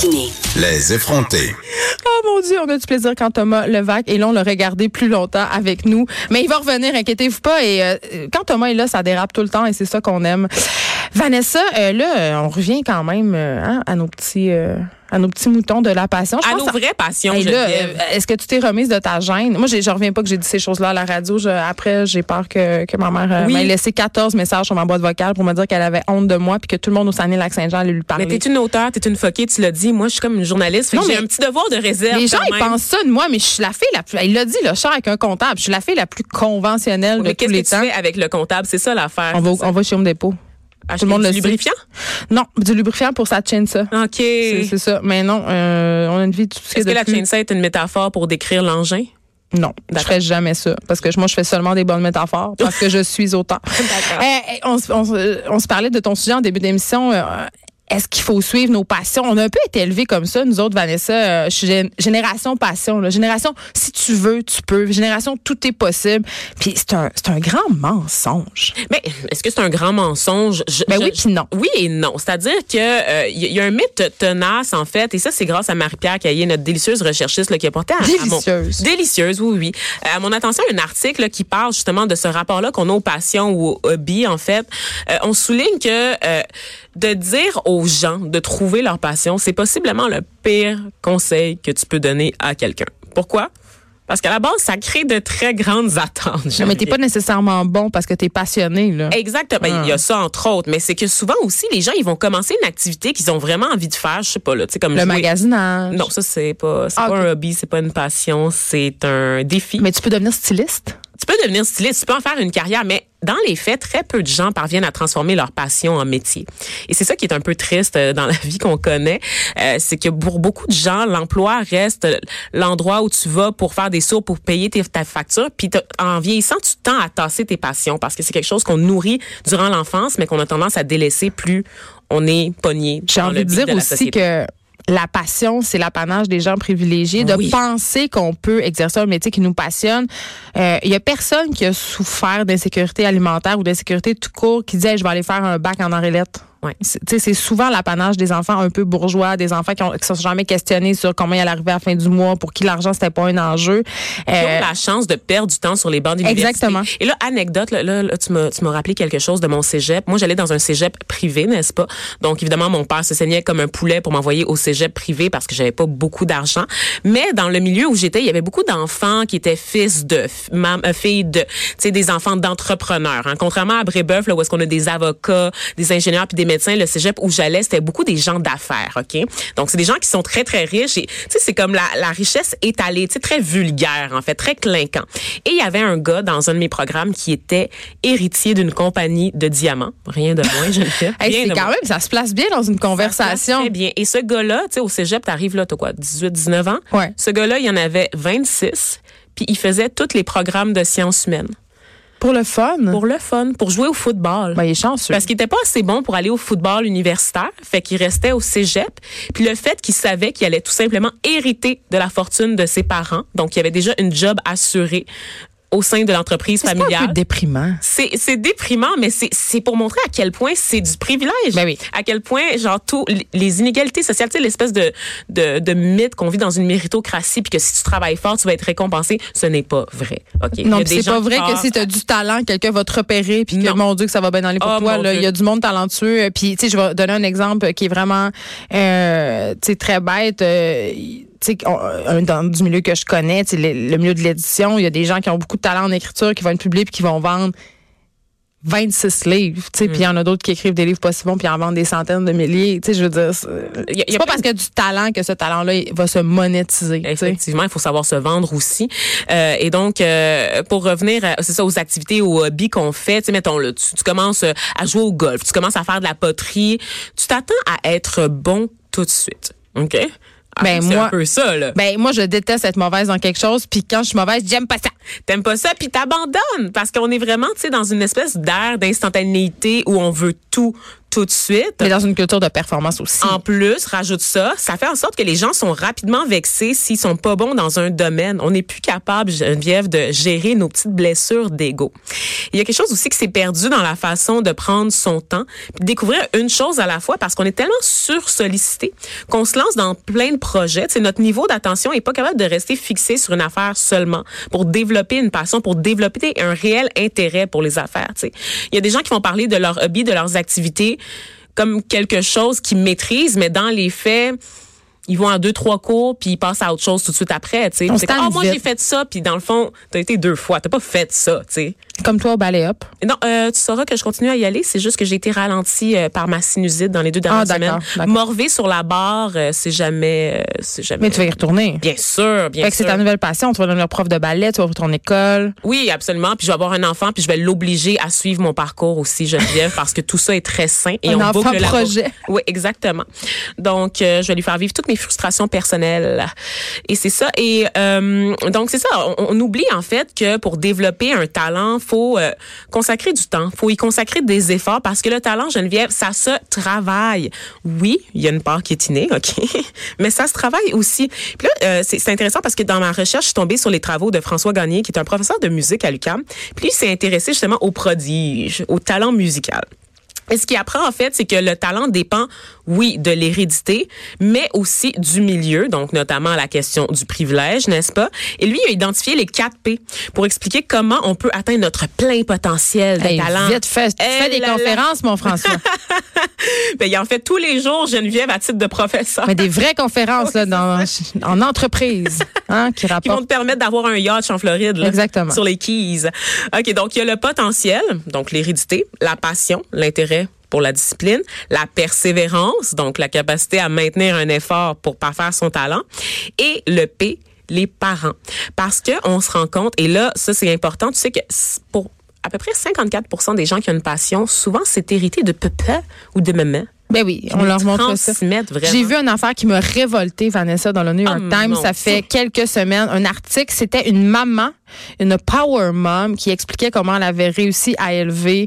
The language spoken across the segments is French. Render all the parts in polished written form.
matinée. Les effrontés. Oh mon Dieu, on a du plaisir quand Thomas Levac est là. On l'a regardé plus longtemps avec nous. Mais il va revenir, inquiétez-vous pas. Et quand Thomas est là, ça dérape tout le temps et c'est ça qu'on aime. Vanessa, là, on revient quand même à nos petits moutons de la passion. À nos vraies passions, hey, là, est-ce que tu t'es remise de ta gêne? Moi, je reviens pas que j'ai dit ces choses-là à la radio. Après, j'ai peur que ma mère m'ait laissé 14 messages sur ma boîte vocale pour me dire qu'elle avait honte de moi puis que tout le monde au Saguenay-Lac-Saint-Jean allait lui parler. Mais t'es une auteure, t'es une foquée, tu l'as dit. Moi, je suis comme une journaliste. J'ai un petit devoir de réserve. Les gens, ils pensent ça de moi, mais je suis la fille la plus... Il l'a dit, le char avec un comptable. Je suis la fille la plus conventionnelle de tous les temps. Mais qu'est-ce que tu fais avec le comptable? C'est ça l'affaire. On va chez Home Depot. Tout le monde du lubrifiant? Non, du lubrifiant pour sa chainsaw. OK. C'est ça. Mais non, on a une vie tout ce Est-ce que la chainsaw est une métaphore pour décrire l'engin? Non, je ferais jamais ça. Parce que moi, je fais seulement des bonnes métaphores. Parce que je suis auteur. On se parlait de ton sujet en début d'émission. Est-ce qu'il faut suivre nos passions? On a un peu été élevés comme ça, nous autres, Vanessa. Je suis génération passion. Là. Génération, si tu veux, tu peux. Génération, tout est possible. Puis c'est un grand mensonge. Mais est-ce que c'est un grand mensonge? Oui puis non. Oui et non. C'est-à-dire que y a un mythe tenace, en fait, et ça, c'est grâce à Marie-Pierre Caillé, notre délicieuse recherchiste là, qui a porté délicieuse, oui. À mon attention, un article là, qui parle justement de ce rapport-là qu'on a aux passions ou aux hobbies, en fait. On souligne que de dire aux gens de trouver leur passion, c'est possiblement le pire conseil que tu peux donner à quelqu'un. Pourquoi? Parce qu'à la base, ça crée de très grandes attentes. Mais t'es pas nécessairement bon parce que t'es passionné, là. Exactement. Il y a ça, entre autres. Mais c'est que souvent aussi, les gens, ils vont commencer une activité qu'ils ont vraiment envie de faire. Je sais pas, là, tu sais, comme le magasinage. Non, ça, c'est pas un hobby, c'est pas une passion, c'est un défi. Mais tu peux devenir styliste? Tu peux devenir styliste, tu peux en faire une carrière, mais dans les faits, très peu de gens parviennent à transformer leur passion en métier. Et c'est ça qui est un peu triste dans la vie qu'on connaît. C'est que pour beaucoup de gens, l'emploi reste l'endroit où tu vas pour faire des sous, pour payer ta facture. Puis en vieillissant, tu tends à tasser tes passions parce que c'est quelque chose qu'on nourrit durant l'enfance, mais qu'on a tendance à délaisser plus on est pogné. J'ai envie de dire aussi que la passion, c'est l'apanage des gens privilégiés, de penser qu'on peut exercer un métier qui nous passionne. Il y a personne qui a souffert d'insécurité alimentaire ou d'insécurité tout court qui dit hey, je vais aller faire un bac en arts et lettres. Ouais. C'est souvent l'apanage des enfants un peu bourgeois, des enfants qui sont jamais questionnés sur comment ils allaient arriver à la fin du mois, pour qui l'argent c'était pas un enjeu. Ils ont la chance de perdre du temps sur les bancs d'université. Exactement. Et là, anecdote, là, tu m'as rappelé quelque chose de mon cégep. Moi, j'allais dans un cégep privé, n'est-ce pas? Donc, évidemment, mon père se saignait comme un poulet pour m'envoyer au cégep privé parce que j'avais pas beaucoup d'argent. Mais dans le milieu où j'étais, il y avait beaucoup d'enfants qui étaient fils de, filles de, tu sais, des enfants d'entrepreneurs. Hein. Contrairement à Brébeuf, là, où est-ce qu'on a des avocats, des ingénieurs puis des médecins, le cégep où j'allais, c'était beaucoup des gens d'affaires, OK? Donc, c'est des gens qui sont très, très riches et, tu sais, c'est comme la richesse étalée, tu sais, très vulgaire, en fait, très clinquant. Et il y avait un gars dans un de mes programmes qui était héritier d'une compagnie de diamants. Rien de moins, je le fais. C'est quand même, ça se place bien dans une conversation. Très bien. Et ce gars-là, tu sais, au cégep, t'arrives là, t'as quoi, 18, 19 ans? Ouais. Ce gars-là, il y en avait 26, puis il faisait tous les programmes de sciences humaines. Pour le fun? Pour le fun, pour jouer au football. Ben, il est chanceux. Parce qu'il était pas assez bon pour aller au football universitaire, fait qu'il restait au cégep. Puis le fait qu'il savait qu'il allait tout simplement hériter de la fortune de ses parents, donc il avait déjà une job assurée au sein de l'entreprise familiale. C'est un peu déprimant. C'est déprimant, mais c'est pour montrer à quel point c'est du privilège. Ben oui. À quel point, genre, les inégalités sociales, tu sais, l'espèce de mythe qu'on vit dans une méritocratie, puis que si tu travailles fort, tu vas être récompensé, ce n'est pas vrai. OK? Non, c'est pas vrai que si tu as du talent, quelqu'un va te repérer, puis que, mon Dieu, que ça va bien aller pour toi. Il y a du monde talentueux. Puis, tu sais, je vais donner un exemple qui est vraiment, tu sais, très bête. Tu sais, dans du milieu que je connais, tu sais, le milieu de l'édition, il y a des gens qui ont beaucoup de talent en écriture, qui vont être publiés puis qui vont vendre 26 livres, tu sais, puis il y en a d'autres qui écrivent des livres pas si bons puis en vendent des centaines de milliers, tu sais, je veux dire, c'est pas parce qu'il y a du talent que ce talent-là va se monétiser. Effectivement, il faut savoir se vendre aussi. Et donc, pour revenir, c'est ça, aux activités, aux hobbies qu'on fait, tu sais, mettons, là, tu commences à jouer au golf, tu commences à faire de la poterie, tu t'attends à être bon tout de suite, OK? Ben c'est moi, un peu ça, là. Ben moi, je déteste être mauvaise dans quelque chose, puis quand je suis mauvaise, j'aime pas ça. T'aimes pas ça, puis t'abandonnes, parce qu'on est vraiment, tu sais, dans une espèce d'air d'instantanéité où on veut tout tout de suite. Mais dans une culture de performance aussi. En plus, rajoute ça fait en sorte que les gens sont rapidement vexés s'ils sont pas bons dans un domaine. On n'est plus capable, Geneviève, de gérer nos petites blessures d'ego. Il y a quelque chose aussi qui s'est perdu dans la façon de prendre son temps, puis de découvrir une chose à la fois, parce qu'on est tellement sursollicité qu'on se lance dans plein de projets. Tu sais, notre niveau d'attention est pas capable de rester fixé sur une affaire seulement pour développer une passion, pour développer un réel intérêt pour les affaires. Tu sais. Il y a des gens qui vont parler de leurs hobbies, de leurs activités comme quelque chose qu'ils maîtrisent, mais dans les faits, ils vont à 2-3 cours puis ils passent à autre chose tout de suite après, tu sais. C'est comme, moi j'ai fait ça, puis dans le fond, t'as été 2 fois, t'as pas fait ça, tu sais. Comme toi au ballet hop. Non, tu sauras que je continue à y aller, c'est juste que j'ai été ralentie par ma sinusite dans les 2 dernières semaines. Morvée sur la barre, c'est jamais. Mais tu vas y retourner. Bien sûr, bien sûr. C'est ta nouvelle passion, tu vas devenir prof de ballet, tu vas retourner à l'école. Oui, absolument, puis je vais avoir un enfant, puis je vais l'obliger à suivre mon parcours aussi, Geneviève, parce que tout ça est très sain et on boucle la projet. Oui, exactement. Donc je vais lui faire vivre toutes mes frustrations personnelles. Et c'est ça. Et donc c'est ça. On oublie en fait que pour développer un talent, faut consacrer du temps, faut y consacrer des efforts parce que le talent, Geneviève, ça se travaille. Oui, il y a une part qui est innée, ok, mais ça se travaille aussi. Puis là, c'est intéressant parce que dans ma recherche, je suis tombée sur les travaux de François Gagné, qui est un professeur de musique à l'UQAM. Puis lui, il s'est intéressé justement au prodige, au talent musical. Et ce qu'il apprend, en fait, c'est que le talent dépend, oui, de l'hérédité, mais aussi du milieu, donc notamment la question du privilège, n'est-ce pas? Et lui, il a identifié les 4 P pour expliquer comment on peut atteindre notre plein potentiel de talent. Vite fait, tu fais des conférences, mon François. Ben, il en fait tous les jours, Geneviève, à titre de professeur. Mais des vraies conférences là, en entreprise, hein, qui rapportent. Qui vont te permettre d'avoir un yacht en Floride. Là, exactement. Sur les Keys. OK, donc il y a le potentiel, donc l'hérédité, la passion, l'intérêt pour la discipline, la persévérance, donc la capacité à maintenir un effort pour parfaire son talent, et le P, les parents. Parce que on se rend compte, et là, ça c'est important, tu sais que pour à peu près 54% des gens qui ont une passion, souvent c'est hérité de papa ou de maman. Ben oui, on leur montre ça. J'ai vu une affaire qui m'a révoltée, Vanessa, dans le New York Times. Ça fait quelques semaines. Un article, c'était une maman, une power mom, qui expliquait comment elle avait réussi à élever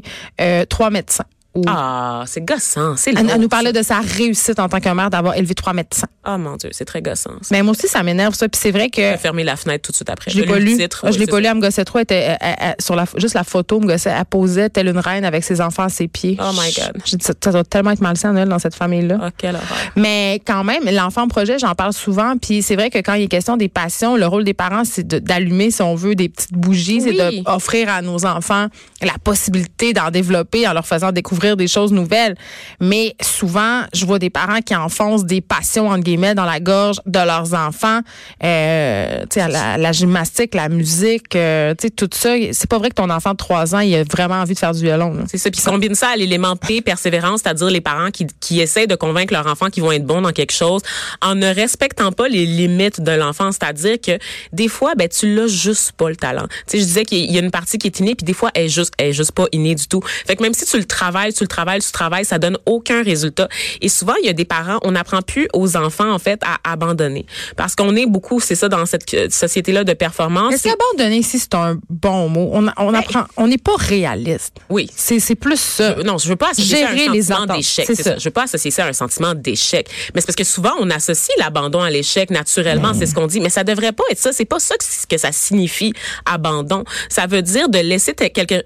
3 médecins. C'est gossant. Elle nous parlait de sa réussite en tant que mère d'avoir élevé 3 médecins. Ah, mon Dieu, c'est très gossant. Mais moi aussi, ça m'énerve, ça. Puis c'est vrai que. Elle a fermé la fenêtre tout de suite après. Je l'ai pas lu. Je l'ai pas lu. Elle me gossait trop. Sur juste la photo, me gossait. Elle posait telle une reine avec ses enfants à ses pieds. Oh my God. J'ai dit, ça doit tellement être malsain, elle, dans cette famille-là. Oh, quelle horreur. Mais quand même, l'enfant projet, j'en parle souvent. Puis c'est vrai que quand il est question des passions, le rôle des parents, c'est d'allumer, si on veut, des petites bougies. Oui. C'est d'offrir à nos enfants la possibilité d'en développer en leur faisant découvrir des choses nouvelles. Mais souvent, je vois des parents qui enfoncent des passions, entre guillemets, dans la gorge de leurs enfants. Tu sais, la gymnastique, la musique, tu sais, tout ça. C'est pas vrai que ton enfant de 3 ans, il a vraiment envie de faire du violon. Là. C'est ça. Puis combine ça à l'élément P, persévérance, c'est-à-dire les parents qui essaient de convaincre leur enfant qu'ils vont être bons dans quelque chose en ne respectant pas les limites de l'enfant. C'est-à-dire que des fois, ben, tu l'as juste pas le talent. Tu sais, je disais qu'il y a une partie qui est innée, puis des fois, elle est juste pas innée du tout. Fait que même si tu le travailles, ça donne aucun résultat. Et souvent, il y a des parents, on n'apprend plus aux enfants, en fait, à abandonner. Parce qu'on est beaucoup, c'est ça, dans cette société-là de performance. Est-ce qu'abandonner, si c'est un bon mot? On apprend, on n'est pas réaliste. Oui. C'est plus ça. Je veux pas associer ça à un sentiment d'échec. C'est ça. Je veux pas associer ça à un sentiment d'échec. Mais c'est parce que souvent, on associe l'abandon à l'échec naturellement, c'est ce qu'on dit. Mais ça devrait pas être ça. C'est pas ça que ça signifie, abandon. Ça veut dire de laisser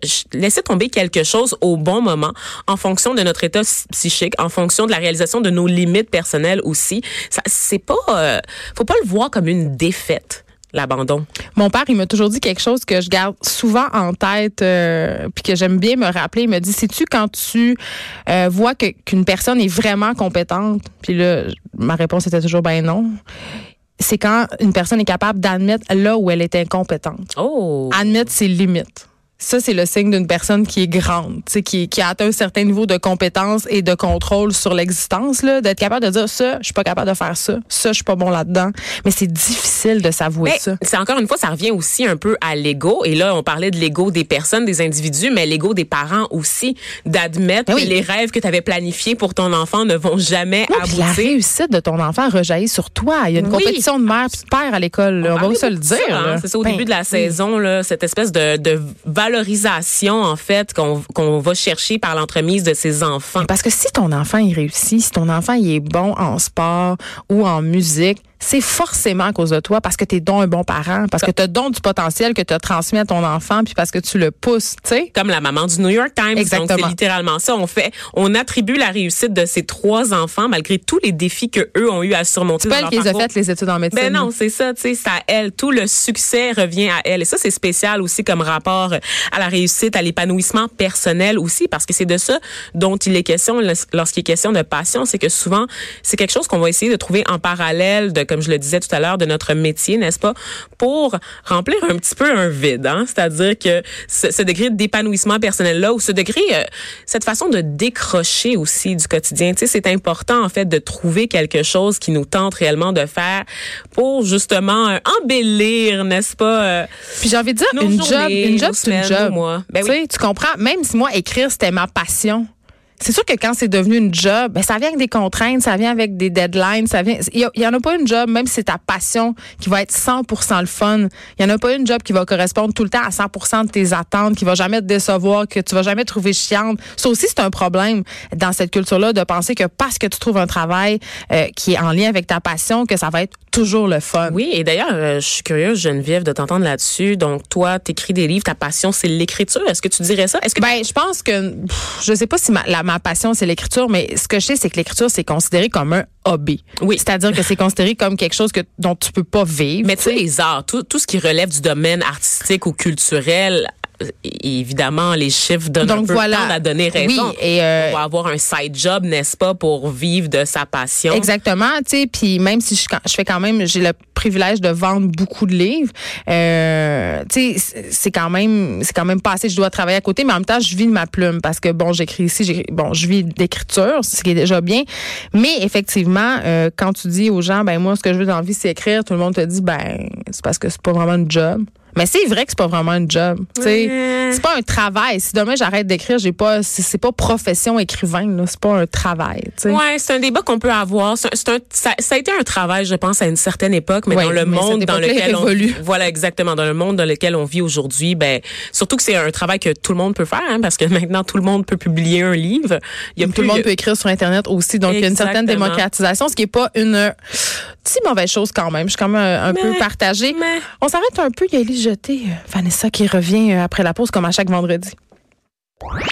tomber quelque chose au bon moment, en fonction de notre état psychique, en fonction de la réalisation de nos limites personnelles aussi. Ça, c'est pas, faut pas le voir comme une défaite. L'abandon. Mon père, il m'a toujours dit quelque chose que je garde souvent en tête puis que j'aime bien me rappeler. Il me dit, sais-tu quand tu vois qu'une personne est vraiment compétente? Puis là, ma réponse était toujours ben non. C'est quand une personne est capable d'admettre là où elle est incompétente. Oh. Admettre ses limites. Ça, c'est le signe d'une personne qui est grande, qui a atteint un certain niveau de compétence et de contrôle sur l'existence, là, d'être capable de dire ça, je suis pas capable de faire ça, je suis pas bon là-dedans. Mais c'est difficile de s'avouer ça. C'est encore une fois, ça revient aussi un peu à l'ego. Et là, on parlait de l'ego des personnes, des individus, mais l'ego des parents aussi, d'admettre que les rêves que tu avais planifiés pour ton enfant ne vont jamais aboutir. La réussite de ton enfant rejaillit sur toi. Il y a une compétition de mère et de père à l'école. On va se le dire. C'est ça, au début de la saison, là, cette espèce de valorisation, en fait, qu'on va chercher par l'entremise de ses enfants. Parce que si ton enfant, il réussit, si ton enfant, il est bon en sport ou en musique, c'est forcément à cause de toi parce que t'es donc un bon parent, parce que t'as donc du potentiel que t'as transmis à ton enfant puis parce que tu le pousses, tu sais. Comme la maman du New York Times. Exactement. Donc, c'est littéralement ça. On attribue la réussite de ces 3 enfants malgré tous les défis que eux ont eu à surmonter. C'est pas elle qui les a fait les études en médecine. Ben non, c'est ça, tu sais, c'est à elle. Tout le succès revient à elle. Et ça, c'est spécial aussi comme rapport à la réussite, à l'épanouissement personnel aussi, parce que c'est de ça dont il est question lorsqu'il est question de passion. C'est que souvent, c'est quelque chose qu'on va essayer de trouver en parallèle de, comme je le disais tout à l'heure, de notre métier, n'est-ce pas, pour remplir un petit peu un vide, hein? C'est-à-dire que ce degré d'épanouissement personnel-là, ou ce degré, cette façon de décrocher aussi du quotidien, tu sais, c'est important, en fait, de trouver quelque chose qui nous tente réellement de faire pour, justement, embellir, n'est-ce pas? Puis j'ai envie de dire, une job, c'est une job. Ben oui. Tu comprends? Même si moi, écrire, c'était ma passion. C'est sûr que quand c'est devenu une job, ben ça vient avec des contraintes, ça vient avec des deadlines, il y en a pas une job, même si c'est ta passion, qui va être 100% le fun. Il y en a pas une job qui va correspondre tout le temps à 100% de tes attentes, qui va jamais te décevoir, que tu vas jamais trouver chiante. Ça aussi, c'est un problème dans cette culture-là de penser que parce que tu trouves un travail qui est en lien avec ta passion, que ça va être toujours le fun. Oui, et d'ailleurs, je suis curieuse, Geneviève, de t'entendre là-dessus. Donc, toi, t'écris des livres, ta passion, c'est l'écriture. Est-ce que tu dirais ça? Ben, je pense que, je sais pas si ma passion, c'est l'écriture, mais ce que je sais, c'est que l'écriture, c'est considéré comme un hobby. Oui. C'est-à-dire que c'est considéré comme quelque chose dont tu peux pas vivre. Mais tu sais, les arts, tout ce qui relève du domaine artistique ou culturel, évidemment, les chiffres donnent un peu tendent à donner raison. Oui, et on va avoir un side job, n'est-ce pas, pour vivre de sa passion. Exactement, tu sais, puis même si je fais quand même, j'ai le privilège de vendre beaucoup de livres, tu sais, c'est quand même pas assez, je dois travailler à côté, mais en même temps, je vis de ma plume parce que bon, j'écris ici, je vis d'écriture, ce qui est déjà bien, mais effectivement, quand tu dis aux gens, ben moi, ce que je veux dans la vie, c'est écrire, tout le monde te dit, ben c'est parce que c'est pas vraiment une job. Mais c'est vrai que c'est pas vraiment un job, tu sais. C'est pas un travail. Si demain j'arrête d'écrire, c'est pas profession écrivain, là. C'est pas un travail, tu sais. Ouais, c'est un débat qu'on peut avoir. Ça a été un travail, je pense, à une certaine époque, mais dans le monde dans lequel voilà, exactement, dans le monde dans lequel on vit aujourd'hui, ben, surtout que c'est un travail que tout le monde peut faire, hein, parce que maintenant tout le monde peut publier un livre. Tout le monde peut écrire sur Internet aussi, donc il y a une certaine démocratisation, ce qui est pas une si mauvaise chose quand même. Je suis quand même un peu partagée. On s'arrête un peu, il y a Élise Jeté, Vanessa qui revient après la pause comme à chaque vendredi.